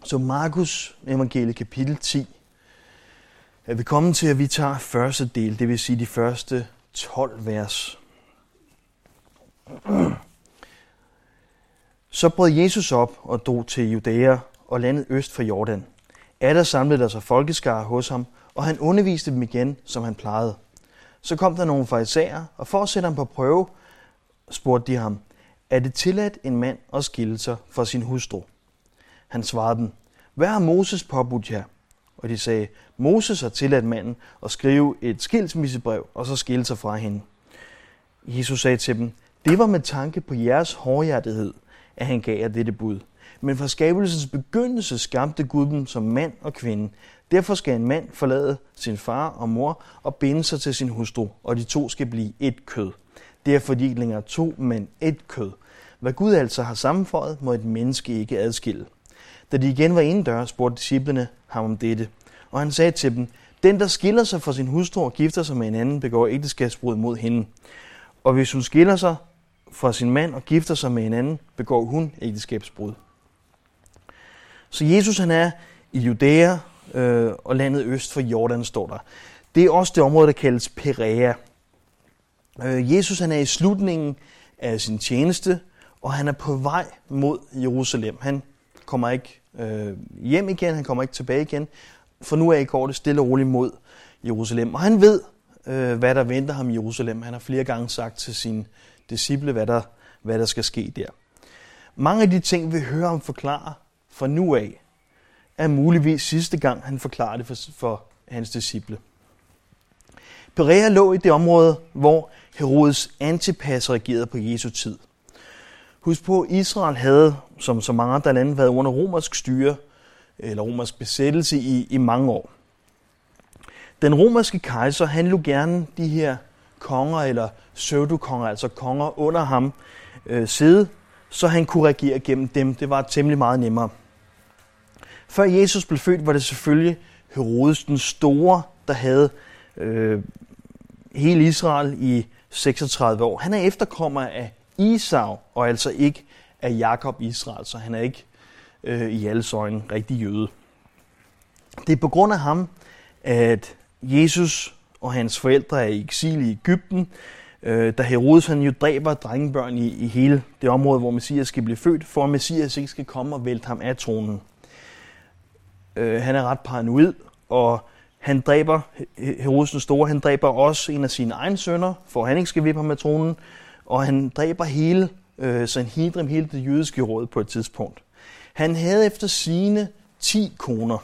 Så Markus evangeliet kapitel 10 er vi kommet til, at vi tager første del, det vil sige de første 12 vers. Så brød Jesus op og drog til Judæa og landet øst for Jordan. Atter samlede der sig folkeskare hos ham, og han underviste dem igen, som han plejede. Så kom der nogle farisæer, og for at sætte ham på prøve, spurgte de ham, er det tilladt en mand at skille sig fra sin hustru? Han svarede dem, hvad har Moses påbudt jer? Og de sagde, Moses har tilladt manden at skrive et skilsmissebrev, og så skille sig fra hende. Jesus sagde til dem, det var med tanke på jeres hårdhjertighed, at han gav jer dette bud. Men fra skabelsens begyndelse skabte Gud dem som mand og kvinde. Derfor skal en mand forlade sin far og mor og binde sig til sin hustru, og de to skal blive et kød. Derfor de ikke længere to, men et kød. Hvad Gud altså har sammenføjet, må et menneske ikke adskille. Da de igen var indendør, spurgte disciplene ham om dette. Og han sagde til dem, den der skiller sig fra sin hustru og gifter sig med en anden, begår ægteskabsbrud mod hende. Og hvis hun skiller sig fra sin mand og gifter sig med en anden, begår hun ægteskabsbrud. Så Jesus han er i Judæa og landet øst for Jordan, står der. Det er også det område, der kaldes Perea. Jesus han er i slutningen af sin tjeneste, og han er på vej mod Jerusalem. Han kommer ikke hjem igen, han kommer ikke tilbage igen, for nu går det stille og roligt mod Jerusalem. Og han ved, hvad der venter ham i Jerusalem. Han har flere gange sagt til sine disciple, hvad der skal ske der. Mange af de ting, vi hører ham forklare fra nu af, er muligvis sidste gang, han forklarer det for hans disciple. Perea lå i det område, hvor Herodes Antipas regerede på Jesu tid. Husk på, at Israel havde, som så mange andre lande, været under romersk styre eller romersk besættelse i mange år. Den romerske kejser, han lod gerne de her konger eller pseudokonger, altså konger under ham, sidde, så han kunne regere gennem dem. Det var temmelig meget nemmere. Før Jesus blev født, var det selvfølgelig Herodes den Store, der havde hele Israel i 36 år. Han er efterkommer af Esau, og altså ikke af Jakob Israel, så han er ikke i alles øjne rigtig jøde. Det er på grund af ham, at Jesus og hans forældre er i eksil i Egypten, da Herodes han jo dræber drengebørn i hele det område, hvor Messias skal blive født, for at Messias ikke skal komme og vælte ham af tronen. Han er ret paranoid, og han dræber, Herodes den Store, han dræber også en af sine egne sønner, for at han ikke skal vippe ham af tronen, og han dræber hele Sanhedrin, hele det jødiske råd på et tidspunkt. Han havde efter sine 10 koner.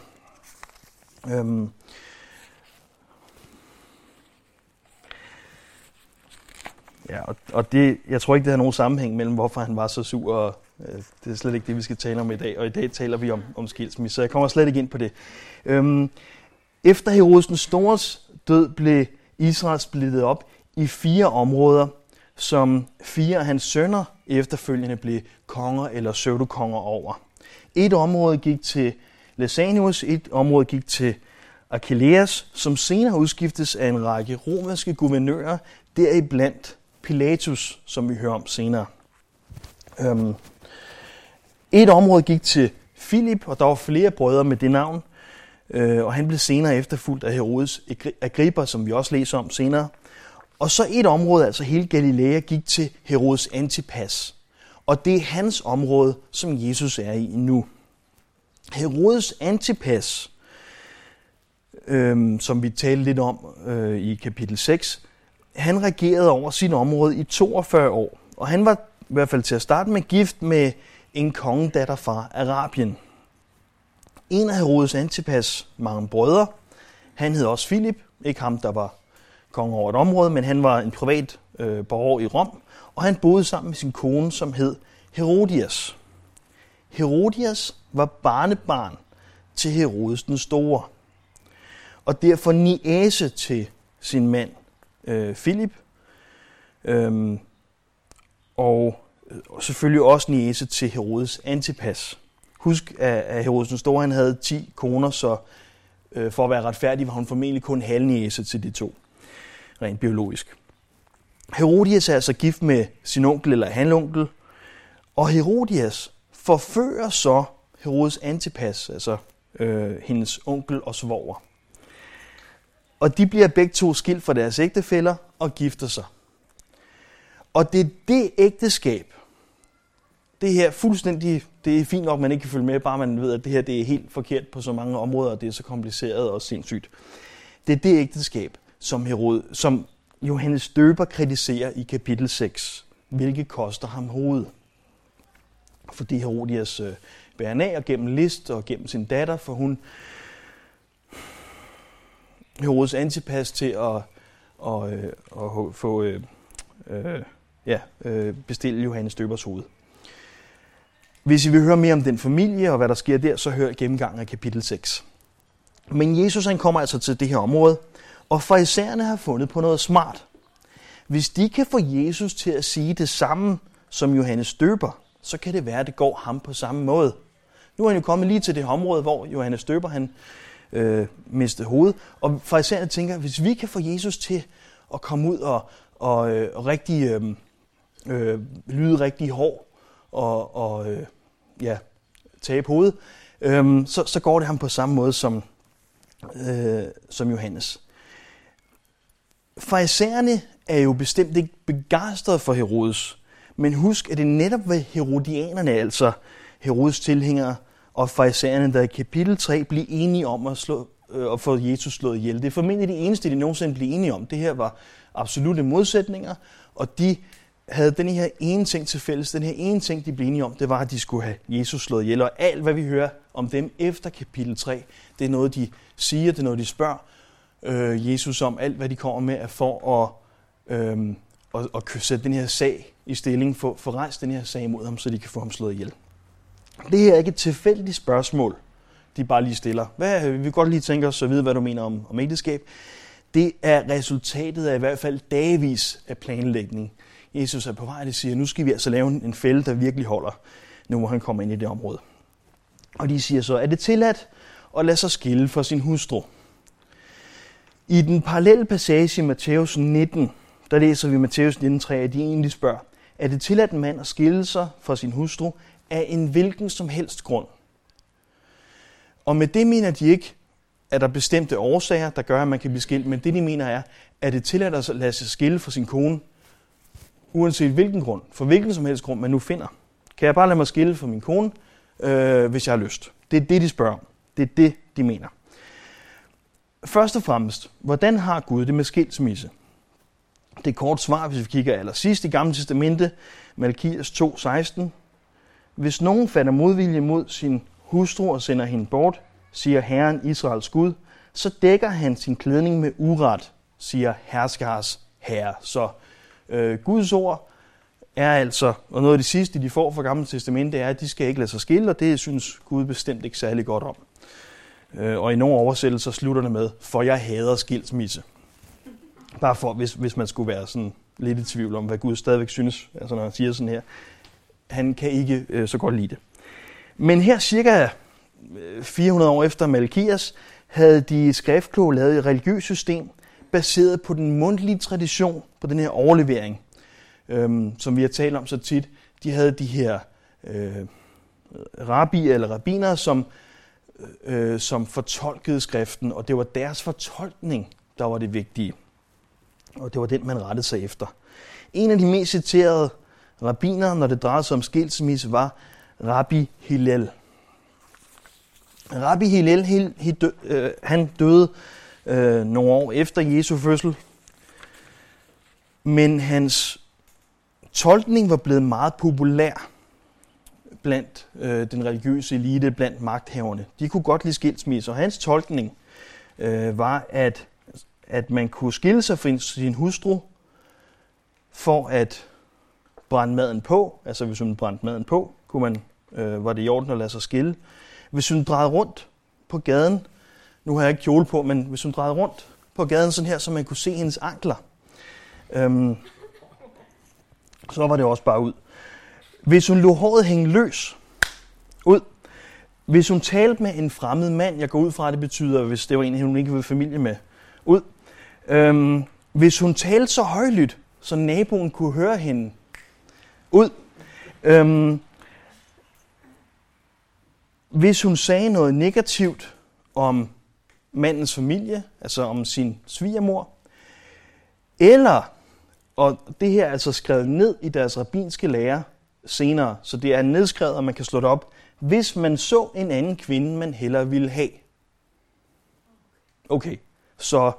Og det, jeg tror ikke, det har nogen sammenhæng mellem, hvorfor han var så sur, og det er slet ikke det, vi skal tale om i dag. Og i dag taler vi om skilsmisse, så jeg kommer slet ikke ind på det. Efter Herodes den Stores død blev Israel splittet op i 4 områder, som 4 af hans sønner efterfølgende blev konger eller pseudokonger over. Et område gik til Lysanias, et område gik til Archelaus, som senere udskiftes af en række romerske guvernører, deriblandt Pilatus, som vi hører om senere. Et område gik til Filip, og der var flere brødre med det navn, og han blev senere efterfulgt af Herodes Agrippa, som vi også læser om senere. Og så et område, altså hele Galilea, gik til Herodes Antipas. Og det er hans område, som Jesus er i nu. Herodes Antipas, som vi talte lidt om i kapitel 6, han regerede over sit område i 42 år. Og han var i hvert fald til at starte med gift med en kongedatter fra Arabien. En af Herodes Antipas mange brødre, han hed også Filip, ikke ham, der var konge over et område, men han var en privat borger i Rom, og han boede sammen med sin kone, som hed Herodias. Herodias var barnebarn til Herodes den Store, og derfor niece til sin mand Filip, og selvfølgelig også niece til Herodes Antipas. Husk, at Herodes den Store han havde 10 koner, så for at være retfærdig var hun formentlig kun halvniece til de to, rent biologisk. Herodias er altså gift med sin onkel eller halvonkel, og Herodias forfører så Herodes Antipas, altså hendes onkel og svoger. Og de bliver begge to skilt fra deres ægtefæller og gifter sig. Og det er det ægteskab, det her fuldstændig, det er fint nok, man ikke kan følge med, bare man ved, at det her det er helt forkert på så mange områder, og det er så kompliceret og sindssygt. Det er det ægteskab, som Johannes Døber kritiserer i kapitel 6, hvilket koster ham hovedet. Fordi Herodias bærer af og gennem list og gennem sin datter, for hun Herodes Antipas til at få bestille Johannes Døbers hoved. Hvis I vil høre mere om den familie og hvad der sker der, så hør gennemgangen af kapitel 6. Men Jesus han kommer altså til det her område, og farisæerne har fundet på noget smart. Hvis de kan få Jesus til at sige det samme som Johannes Døber, så kan det være, at det går ham på samme måde. Nu er han jo kommet lige til det her område, hvor Johannes Døber han mistede hovedet. Og farisæerne tænker, hvis vi kan få Jesus til at komme ud og rigtig lyde rigtig hård og tabe hovedet, så går det ham på samme måde som Johannes. Farisæerne er jo bestemt ikke begejstrede for Herodes, men husk, at det netop var herodianerne, altså Herodes tilhængere og farisæerne, der i kapitel 3 blev enige om at få Jesus slået ihjel. Det er formentlig det eneste, de nogensinde blev enige om. Det her var absolutte modsætninger, og de havde den her ene ting til fælles. Den her ene ting, de blev enige om, det var, at de skulle have Jesus slået ihjel. Og alt, hvad vi hører om dem efter kapitel 3, det er noget, de siger, det er noget, de spørger Jesus om. Alt, hvad de kommer med, er for at sætte den her sag i stilling, for rejst den her sag mod ham, så de kan få ham slået ihjel. Det her er ikke et tilfældigt spørgsmål, de bare lige stiller. Vi vil godt lige tænke os at vide, hvad du mener om ægteskab. Det er resultatet af i hvert fald dagevis af planlægning. Jesus er på vej, det siger, nu skal vi altså lave en fælde, der virkelig holder, nu hvor han kommer ind i det område. Og de siger så, er det tilladt at lade sig skille for sin hustru? I den parallelle passage i Matthæus 19, der læser vi Matthæus 19:3, at de egentlig spørger, er det tilladt en mand at skille sig fra sin hustru af en hvilken som helst grund? Og med det mener de ikke, at der er bestemte årsager, der gør, at man kan blive skilt, men det de mener er det tilladt at lade sig skille fra sin kone, uanset hvilken grund, for hvilken som helst grund man nu finder. Kan jeg bare lade mig skille fra min kone, hvis jeg har lyst? Det er det, de spørger om. Det er det, de mener. Først og fremmest, hvordan har Gud det med skilsmisse? Det er kort svar, hvis vi kigger allersidst i Gamle Testamente, Malkias 2:16. Hvis nogen fatter modvilje mod sin hustru og sender hende bort, siger Herren Israels Gud, så dækker han sin klædning med uret, siger herskers herre. Så Guds ord er altså, og noget af det sidste, de får fra Gamle Testamente, er, at de skal ikke lade sig skille, og det synes Gud bestemt ikke særlig godt om. Og i nogle oversættelser slutter det med, for jeg hader skilsmisse. Bare for, hvis man skulle være sådan lidt i tvivl om, hvad Gud stadigvæk synes, altså når han siger sådan her. Han kan ikke så godt lide det. Men her cirka 400 år efter Malkias, havde de skriftkloge lavet et religiøst system, baseret på den mundtlige tradition, på den her overlevering, som vi har talt om så tit. De havde de her rabbier eller rabbinere, som fortolkede skriften, og det var deres fortolkning, der var det vigtige. Og det var den, man rettede sig efter. En af de mest citerede rabbinere, når det drejede sig om skilsmisse, var Rabbi Hillel. Rabbi Hillel, han døde nogle år efter Jesu fødsel, men hans tolkning var blevet meget populær blandt den religiøse elite, blandt magthaverne. De kunne godt lide skilsmisse, og hans tolkning var, at man kunne skille sig fra sin hustru for at brænde maden på. Altså hvis hun brændte maden på, var det i orden at lade sig skille. Hvis hun drejede rundt på gaden, nu har jeg ikke kjole på, men hvis hun drejede rundt på gaden sådan her, så man kunne se hendes ankler, så var det også bare ud. Hvis hun lod håret hænge løs, ud. Hvis hun talte med en fremmed mand, jeg går ud fra, det betyder, hvis det var en, hun ikke ville familie med, ud. Hvis hun talte så højlydt, så naboen kunne høre hende, ud. Hvis hun sagde noget negativt om mandens familie, altså om sin svigermor, eller, og det her er altså skrevet ned i deres rabbinske lære senere, så det er nedskrevet, og man kan slå det op, hvis man så en anden kvinde, man hellere ville have. Okay, så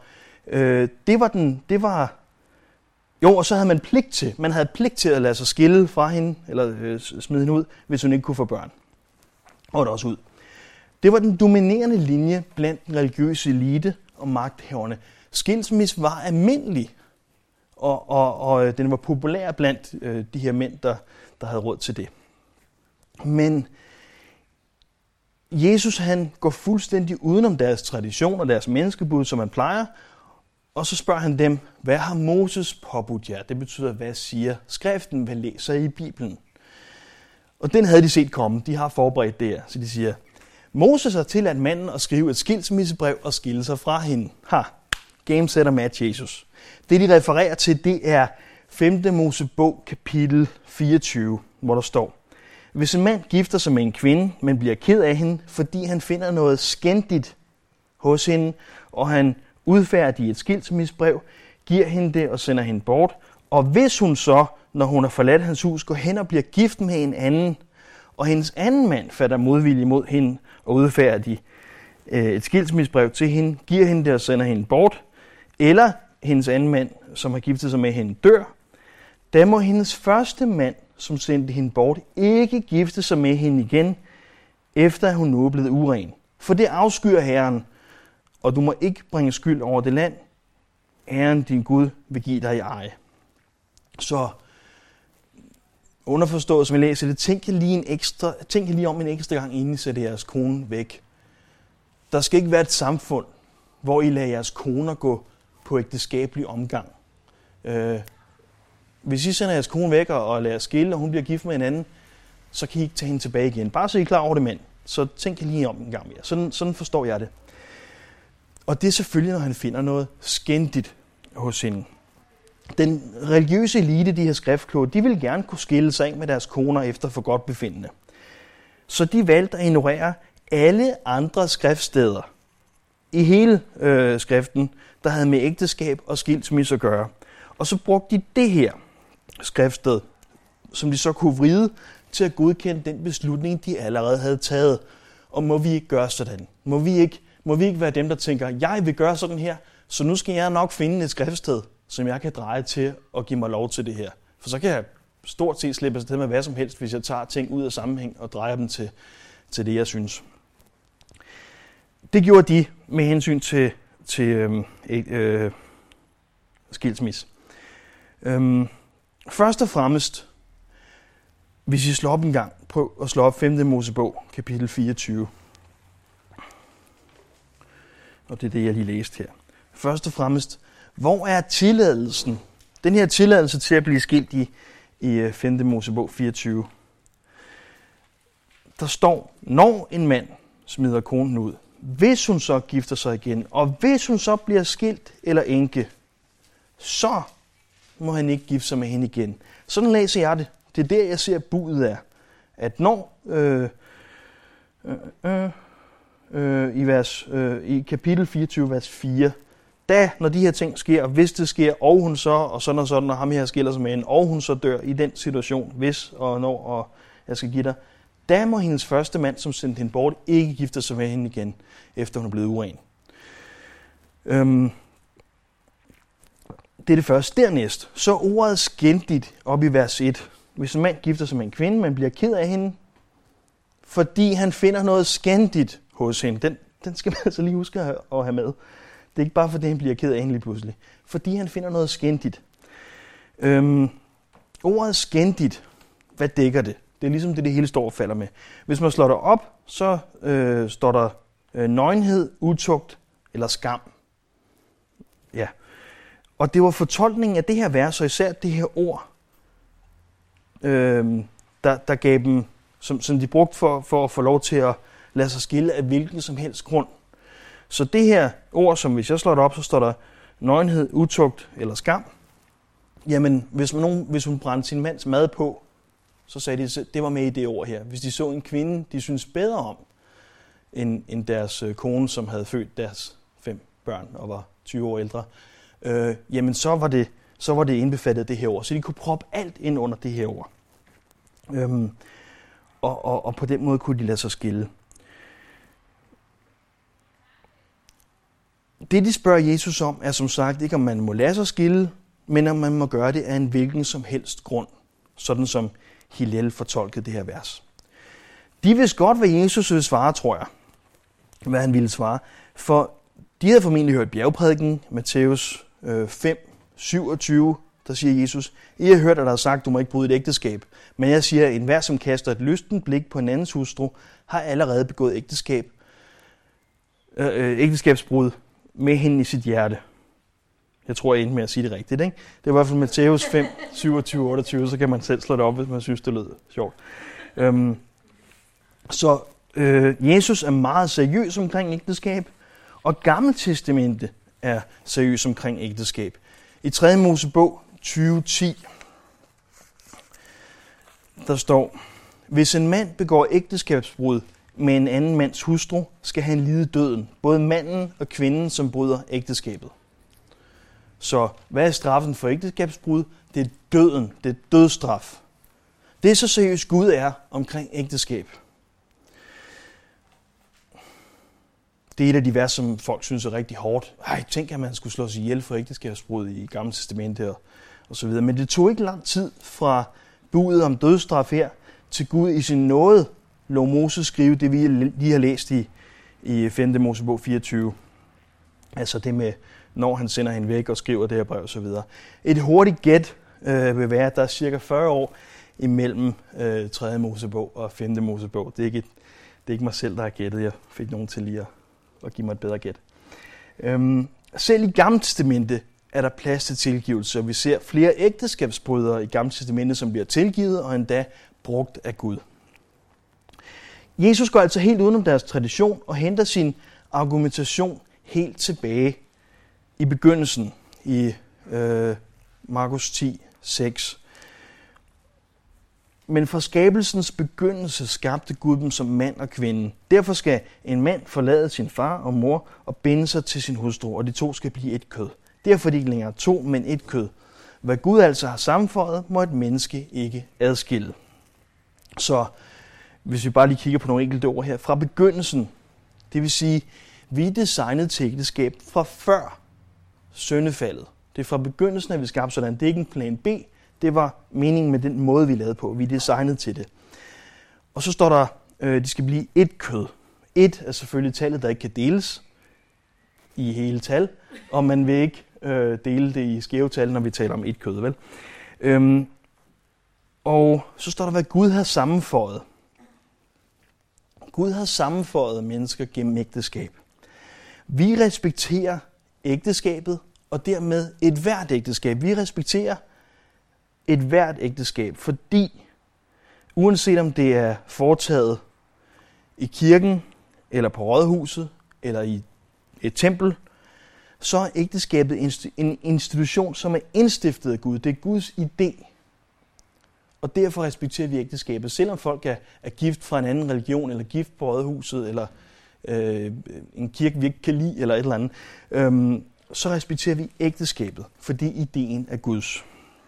og så havde man havde pligt til at lade sig skille fra hende, eller smide hende ud, hvis hun ikke kunne få børn. Og det også ud. Det var den dominerende linje blandt den religiøse elite og magthaverne. Skilsmisse var almindelig, og den var populær blandt de her mænd, der havde råd til det. Men Jesus han går fuldstændig udenom deres tradition og deres menneskebud, som han plejer, og så spørger han dem, hvad har Moses påbudt jer? Det betyder, hvad siger skriften, hvad læser I i Bibelen? Og den havde de set komme, de har forberedt det her, så de siger, Moses har tilladt manden at skrive et skilsmissebrev og skille sig fra hende. Game, set og match, Jesus. Det de refererer til, det er 5. Mosebog kapitel 24, hvor der står, hvis en mand gifter sig med en kvinde, men bliver ked af hende, fordi han finder noget skændigt hos hende, og han udfærdiger et skilsmissebrev, giver hende det og sender hende bort, og hvis hun så, når hun har forladt hans hus, går hen og bliver gift med en anden, og hendes anden mand fatter modvilje mod hende og udfærdiger et skilsmissebrev til hende, giver hende det og sender hende bort, eller hendes anden mand, som har giftet sig med hende, dør, da må hendes første mand, som sendte hende bort, ikke gifte sig med hende igen, efter at hun nu er blevet uren. For det afskyer Herren, og du må ikke bringe skyld over det land, Herren din Gud vil give dig i eje. Så underforstået, som jeg læser det, tænk jer lige om en ekstra gang, inden I sætter jeres kone væk. Der skal ikke være et samfund, hvor I lader jeres koner gå på ægteskabelig omgang. Hvis I sender jeres kone væk og lader skille, og hun bliver gift med en anden, så kan I ikke tage hende tilbage igen. Bare så I er klar over det, mænd. Så tænk jer lige om en gang mere. Sådan forstår jeg det. Og det er selvfølgelig, når han finder noget skændigt hos hende. Den religiøse elite, de her skriftkloge, de ville gerne kunne skille sig af med deres koner efter for godt befindende. Så de valgte at ignorere alle andre skriftsteder i hele skriften, der havde med ægteskab og skilsmisse at gøre. Og så brugte de det her skriftsted, som de så kunne vride til at godkende den beslutning, de allerede havde taget. Og må vi ikke gøre sådan? Må vi ikke være dem, der tænker, jeg vil gøre sådan her, så nu skal jeg nok finde et skriftsted, som jeg kan dreje til og give mig lov til det her. For så kan jeg stort set slippe afsted med hvad som helst, hvis jeg tager ting ud af sammenhæng og drejer dem til det, jeg synes. Det gjorde de med hensyn til skilsmisse. Først og fremmest, hvis I slår op en gang, prøv at slå op 5. Mosebog, kapitel 24. Og det er det, jeg lige læste her. Først og fremmest, hvor er tilladelsen? Den her tilladelse til at blive skilt i 5. Mosebog 24. Der står, når en mand smider konen ud, hvis hun så gifter sig igen, og hvis hun så bliver skilt eller enke, så må han ikke gifte sig med hende igen. Sådan læser jeg det. Det er der, jeg ser budet er. At når i kapitel 24, vers 4, da, når de her ting sker, og hvis det sker, og hun så, og sådan og sådan, og ham her skiller sig med hende, og hun så dør i den situation, hvis og når, og jeg skal give dig, da må hendes første mand, som sendte hende bort, ikke gifte sig med hende igen, efter hun er blevet uren. Det er det første. Dernæst, så ordet skændigt op i vers 1. Hvis en mand gifter sig med en kvinde, man bliver ked af hende, fordi han finder noget skændigt hos hende. Den skal man altså lige huske at have med. Det er ikke bare fordi han bliver ked af hende lige pludselig. Fordi han finder noget skændigt. Ordet skændigt, hvad dækker det? Det er ligesom det hele står og falder med. Hvis man slår det op, så står der nøgenhed, utugt eller skam. Ja. Og det var fortolkningen af det her vers, og især det her ord, der gav dem, som de brugte for at få lov til at lade sig skille af hvilken som helst grund. Så det her ord, som hvis jeg slår det op, så står der nøgenhed, utugt eller skam. Jamen, hvis hun brændte sin mands mad på, så sagde de, det var med i det ord her. Hvis de så en kvinde, de synes bedre om, end deres kone, som havde født deres 5 børn og var 20 år ældre, jamen så var det indbefattet af det her ord. Så de kunne proppe alt ind under det her ord. Og på den måde kunne de lade sig skille. Det, de spørger Jesus om, er som sagt ikke, om man må lade sig skille, men om man må gøre det af en hvilken som helst grund, sådan som Hillel fortolkede det her vers. De vidste godt, hvad Jesus ville svare, tror jeg, hvad han ville svare, for de havde formentlig hørt bjergprædiken, Matthæus 5, 27, der siger Jesus, I har hørt, at der er sagt, du må ikke bryde et ægteskab, men jeg siger, at enhver, som kaster et lystent blik på en andens hustru, har allerede begået ægteskabsbrud med hende i sit hjerte. Jeg tror, jeg endte med at sige det rigtigt, ikke? Det var i hvert fald Matthæus 5, 27, 28, så kan man selv slå det op, hvis man synes, det lød sjovt. Jesus er meget seriøs omkring ægteskab, og Gammeltestamentet er seriøs omkring ægteskab. I 3. Mosebog 20:10, der står, hvis en mand begår ægteskabsbrud med en anden mands hustru, skal han lide døden, både manden og kvinden, som bryder ægteskabet. Så hvad er straffen for ægteskabsbrud? Det er døden, det er dødsstraf. Det er så seriøst Gud er omkring ægteskab. Det er et af de vers, som folk synes er rigtig hårdt. Tænk, at man skulle slå sig ihjel for ægteskabsbrud i Gamle Testamentet og så videre. Men det tog ikke lang tid fra budet om dødsstraf her, til Gud i sin nåde lod Moses skrive det, vi lige har læst i 5. Mosebog 24. Altså det med, når han sender hende væk og skriver det her brev og så videre. Et hurtigt gæt vil være, at der er cirka 40 år imellem 3. Mosebog og 5. Mosebog. Det er ikke mig selv, der har gættet. Jeg fik nogen til lige at give mig et bedre gæt. Selv i Gamle Testamentet er der plads til tilgivelse, og vi ser flere ægteskabsbrydere i Gamle Testamentet, som bliver tilgivet og endda brugt af Gud. Jesus går altså helt udenom deres tradition og henter sin argumentation helt tilbage i begyndelsen i Markus 10, 6. Men fra skabelsens begyndelse skabte Gud dem som mand og kvinde. Derfor skal en mand forlade sin far og mor og binde sig til sin hustru, og de to skal blive et kød. Derfor er de ikke længere 2, men et kød. Hvad Gud altså har sammenføjet, må et menneske ikke adskille. Så hvis vi bare lige kigger på nogle enkelte ord her. Fra begyndelsen, det vil sige, vi er designet til ægteskab fra før syndefaldet. Det er fra begyndelsen, at vi skabte sådan. Det er ikke en plan B. Det var meningen med den måde, vi lavede på. Vi er designet til det. Og så står der, de skal blive et kød. Et er selvfølgelig tallet, der ikke kan deles i hele tal. Og man vil ikke dele det i skæve tal, når vi taler om et kød, vel? Og så står der, hvad Gud har sammenføjet. Gud har sammenføjet mennesker gennem ægteskab. Vi respekterer ægteskabet, og dermed et hvert ægteskab. Vi respekterer et hvert ægteskab, fordi uanset om det er foretaget i kirken, eller på rådhuset, eller i et tempel, så er ægteskabet en institution, som er indstiftet af Gud. Det er Guds idé. Og derfor respekterer vi ægteskabet. Selvom folk er gift fra en anden religion, eller gift på rådhuset, eller en kirke, vi ikke kan lide, eller et eller andet, så respekterer vi ægteskabet, fordi ideen er Guds.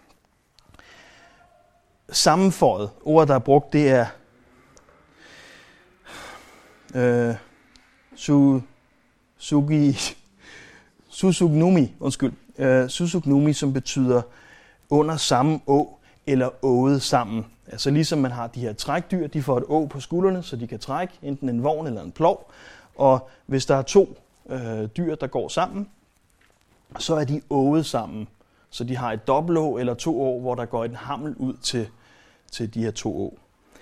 Sammenføjet, ordet der er brugt, det er susugnumi, som betyder under samme å eller ået sammen. Altså ligesom man har de her trækdyr, de får et å på skuldrene, så de kan trække enten en vogn eller en plov. Og hvis der er 2 dyr, der går sammen, så er de ået sammen. Så de har et dobbelt-å eller 2 å, hvor der går en hammel ud til de her 2 å.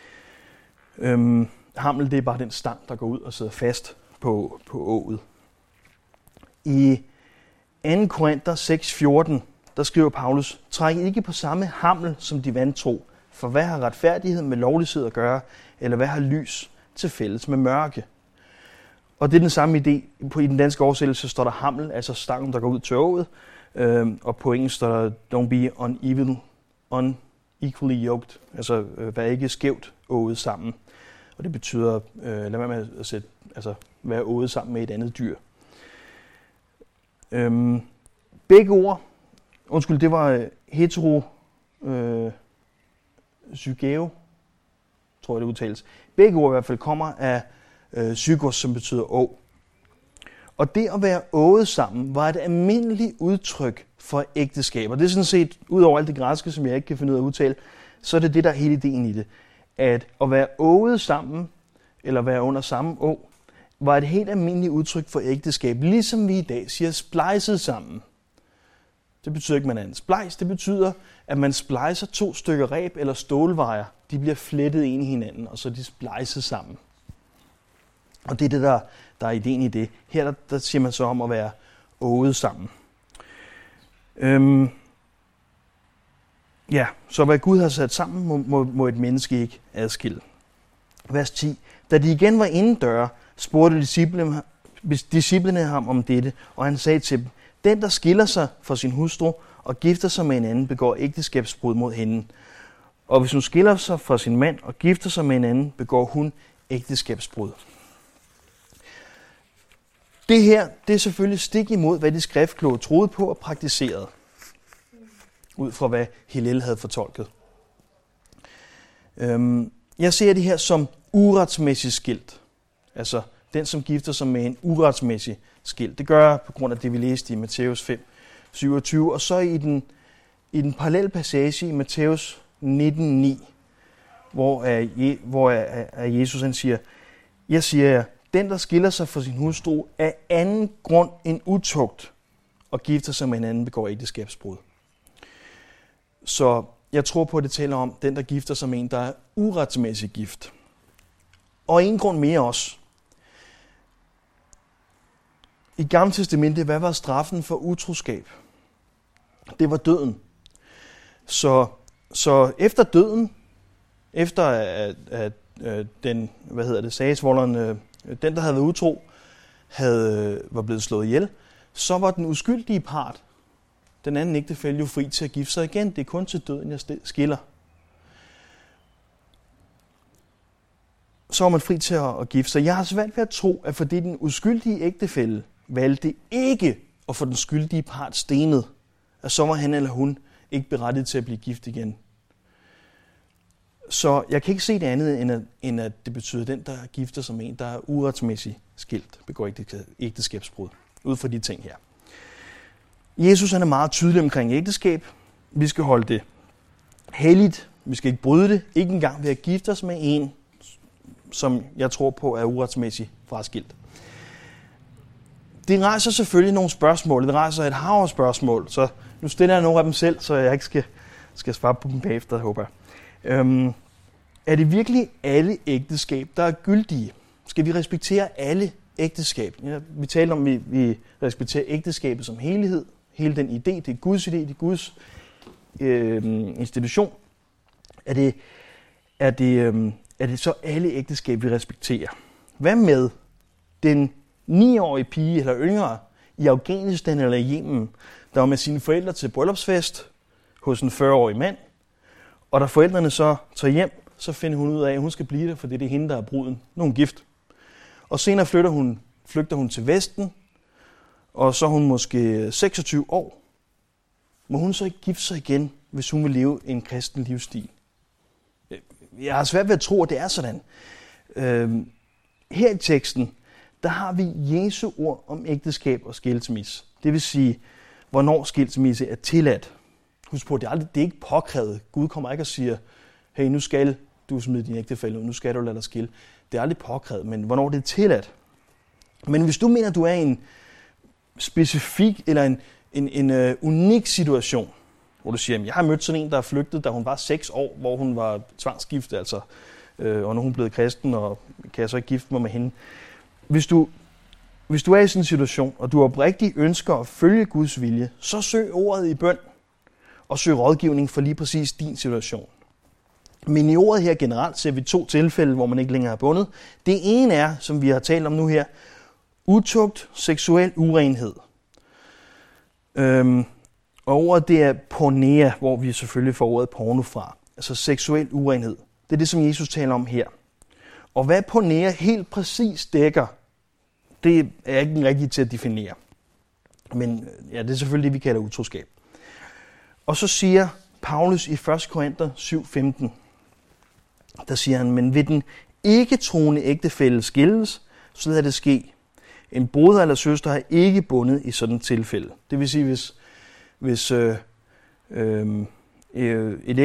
Hammel, det er bare den stang, der går ud og sidder fast på ået. I 2. Korinther 6:14, der skriver Paulus, træk ikke på samme hammel som de vantro, for hvad har retfærdighed med lovlighed at gøre, eller hvad har lys til fælles med mørke? Og det er den samme idé. I den danske oversættelse står der hammel, altså stangen, der går ud til ået, og på engelsk står der, don't be unequally yoked, altså vær ikke skævt ået sammen. Og det betyder, lad være med at være ådet sammen med et andet dyr. Begge ord, det var zygeo, tror jeg det udtales. Begge ord i hvert fald kommer af zygos, som betyder å. Og det at være åget sammen var et almindeligt udtryk for ægteskab. Og det er sådan set, ud over alt det græske, som jeg ikke kan finde ud af at udtale, så er det det, der er hele ideen i det. At være åget sammen, eller være under samme å, var et helt almindeligt udtryk for ægteskab. Ligesom vi i dag siger splejset sammen. Det betyder ikke, at man er en splejs. Det betyder, at man splejser 2 stykker reb eller stålvejer. De bliver flettet ind i hinanden, og så er de splejset sammen. Og det er det, der er ideen i det. Her der siger man så om at være åget sammen. Så hvad Gud har sat sammen, må et menneske ikke adskille. Vers 10. Da de igen var indendøre, spurgte disciplene ham om dette, og han sagde til dem, den, der skiller sig fra sin hustru og gifter sig med en anden, begår ægteskabsbrud mod hende. Og hvis hun skiller sig fra sin mand og gifter sig med en anden, begår hun ægteskabsbrud. Det her, det er selvfølgelig stik imod, hvad de skriftkloge troede på og praktiserede. Ud fra hvad Hillel havde fortolket. Jeg ser det her som uretsmæssigt skilt. Altså den, som gifter sig med en uretsmæssig skilt. Det gør jeg på grund af det, vi læste i Matthæus 5, 27. Og så i den parallelle passage i Matthæus 19:9, hvor Jesus han siger, jeg siger jer, den, der skiller sig fra sin hustru af anden grund end utugt og gifter sig med en anden, begår ægteskabsbrud. Så jeg tror på, at det taler om den, der gifter sig med en, der er uretmæssigt gift. Og en grund mere også. I Gamle Testamentet, hvad var straffen for utroskab? Det var døden. Så efter døden, efter at den, sagesvolderen, den der havde været utro, var blevet slået ihjel, så var den uskyldige part, den anden ægtefælle, jo fri til at gifte sig igen. Det er kun til døden, jeg skiller. Så var man fri til at gifte sig. Jeg har svært ved at tro, at fordi den uskyldige ægtefælle valgte ikke at få den skyldige part stenet, at så var han eller hun ikke berettiget til at blive gift igen. Så jeg kan ikke se det andet, end at det betyder, at den, der gifter sig med en, der er uretsmæssigt skilt, begår ægteskabsbrud. Ud fra de ting her. Jesus han er meget tydelig omkring ægteskab. Vi skal holde det helligt. Vi skal ikke bryde det. Ikke engang ved at gifte os med en, som jeg tror på er uretsmæssigt fraskilt. Det rejser selvfølgelig nogle spørgsmål. Det rejser et hav af spørgsmål. Så nu stiller jeg nogle af dem selv, så jeg ikke skal svare på dem bagefter, håber jeg. Er det virkelig alle ægteskab, der er gyldige? Skal vi respektere alle ægteskab? Ja, vi taler om, at vi respekterer ægteskabet som helhed. Hele den idé, det er Guds idé, det er Guds institution. Er det så alle ægteskab, vi respekterer? Hvad med den 9-årige pige eller yngre i Afghanistan eller i Yemen, der var med sine forældre til bryllupsfest hos en 40-årig mand, og da forældrene så tager hjem, så finder hun ud af, at hun skal blive der, for det er hende, der er bruden. Nu er hun gift. Og senere flygter hun til Vesten, og så er hun måske 26 år. Må hun så ikke gifte sig igen, hvis hun vil leve en kristen livsstil? Jeg har svært ved at tro, at det er sådan. Her i teksten, der har vi Jesu ord om ægteskab og skilsmisse. Det vil sige, hvornår skilsmisse er tilladt. Husk på, det er ikke påkrævet. Gud kommer ikke og siger, hey, nu skal du smide din ægtefælle ud, nu skal du lade dig skille. Det er aldrig påkrævet, men hvornår det er tilladt. Men hvis du mener, du er i en specifik eller en unik situation, hvor du siger, jeg har mødt sådan en, der er flygtet, da hun var 6 år, hvor hun var tvangsgift, og nu er hun blevet kristen, og kan jeg så ikke gifte mig med hende. Hvis du er i sådan en situation, og du oprigtigt ønsker at følge Guds vilje, så søg ordet i bøn, og søg rådgivning for lige præcis din situation. Men i ordet her generelt ser vi 2 tilfælde, hvor man ikke længere er bundet. Det ene er, som vi har talt om nu her, utugt, seksuel urenhed. Og ordet det er pornea, hvor vi selvfølgelig får ordet porno fra. Altså seksuel urenhed. Det er det, som Jesus taler om her. Og hvad pornere helt præcis dækker, det er ikke rigtigt til at definere. Men ja, det er selvfølgelig det, vi kalder utroskab. Og så siger Paulus i 1. Korinther 7:15, der siger han, men ved den ikke troende ægtefælle skilles, så lad det ske. En broder eller søster er ikke bundet i sådan et tilfælde. Det vil sige, hvis et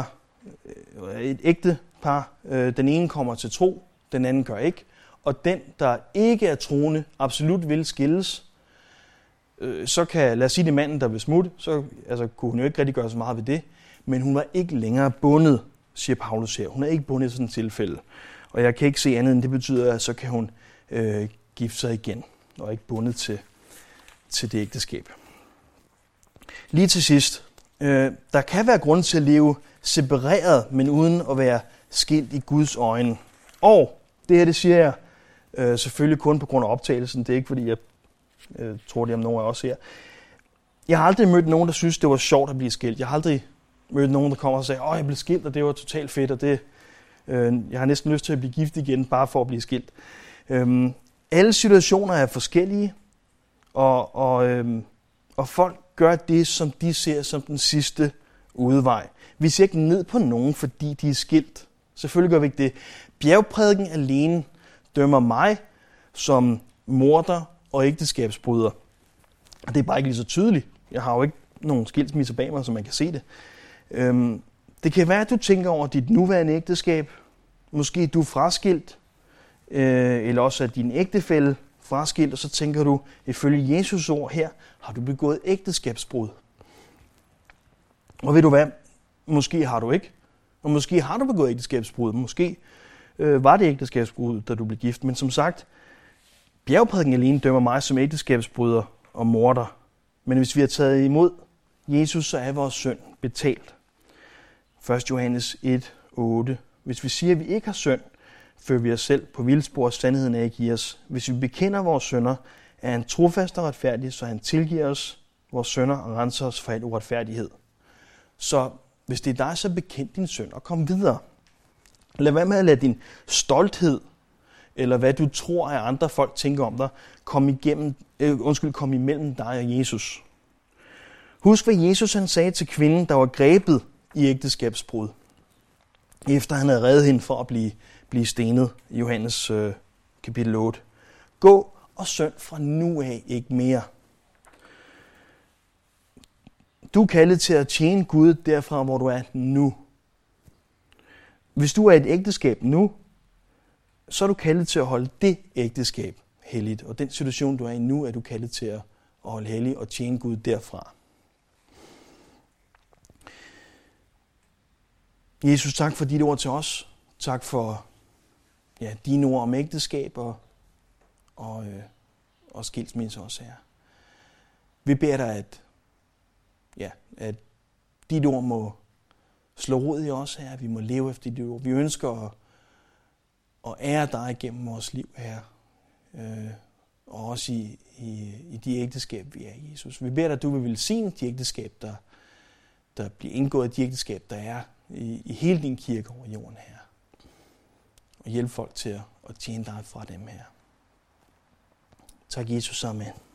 ægtepar, den ene kommer til tro, den anden gør ikke, og den, der ikke er troende, absolut vil skilles, så kan, lad os sige, det manden, der vil smutte, så kunne hun jo ikke rigtig gøre så meget ved det, men hun var ikke længere bundet, siger Paulus her. Hun er ikke bundet i sådan et tilfælde. Og jeg kan ikke se andet end det betyder, at så kan hun gifte sig igen, og ikke bundet til det ægteskab. Lige til sidst, der kan være grund til at leve separeret, men uden at være skilt i Guds øjne. Og det her, det siger jeg selvfølgelig kun på grund af optagelsen. Det er ikke, fordi jeg tror det om nogen af os her. Jeg har aldrig mødt nogen, der synes, det var sjovt at blive skilt. Jeg har aldrig mødt nogen, der kommer og siger, jeg blev skilt, og det var totalt fedt, og det, jeg har næsten lyst til at blive gift igen, bare for at blive skilt. Alle situationer er forskellige, og folk gør det, som de ser som den sidste udvej. Vi ser ikke ned på nogen, fordi de er skilt. Selvfølgelig gør vi ikke det. Bjergprædiken alene dømmer mig som morder og ægteskabsbryder. Det er bare ikke lige så tydeligt. Jeg har jo ikke nogen skilsmisser bag mig, så man kan se det. Det kan være, at du tænker over dit nuværende ægteskab. Måske du er fraskilt, eller også er din ægtefælle fraskilt, og så tænker du, ifølge Jesus ord her, har du begået ægteskabsbrud. Og ved du hvad? Måske har du ikke. Og måske har du begået ægteskabsbrud. Måske var det ægteskabsbrud, da du blev gift. Men som sagt, bjergprædiken alene dømmer mig som ægteskabsbryder og morder. Men hvis vi har taget imod Jesus, så er vores synd betalt. 1. Johannes 1:8. Hvis vi siger, at vi ikke har synd, fører vi os selv på vildspor, sandheden er ikke i os. Hvis vi bekender vores synder, er han trofast og retfærdig, så han tilgiver os vores synder og renser os for al uretfærdighed. Så hvis det er dig, så bekend din synd og kom videre. Lad være med at lade din stolthed, eller hvad du tror, at andre folk tænker om dig, komme imellem dig og Jesus. Husk, hvad Jesus han sagde til kvinden, der var grebet i ægteskabsbrud, efter han havde reddet hende for at blive stenet i Johannes kapitel 8. Gå og synd fra nu af ikke mere. Du er kaldet til at tjene Gud derfra, hvor du er nu. Hvis du er i et ægteskab nu, så er du kaldet til at holde det ægteskab helligt. Og den situation, du er i nu, er du kaldet til at holde hellig og tjene Gud derfra. Jesus, tak for dit ord til os. Tak for dine ord om ægteskab og skilsmisse også her. Vi beder dig, at dit ord må slå rod i os her. Vi må leve efter dit ord. Vi ønsker at ære dig gennem vores liv her. Og også i de ægteskab, vi er i, Jesus. Vi beder dig, at du vil velsigne de ægteskab, der bliver indgået, de ægteskab, der er i hele din kirke over jorden her. Og hjælpe folk til at tjene dig fra dem her. Tak, Jesus. Amen.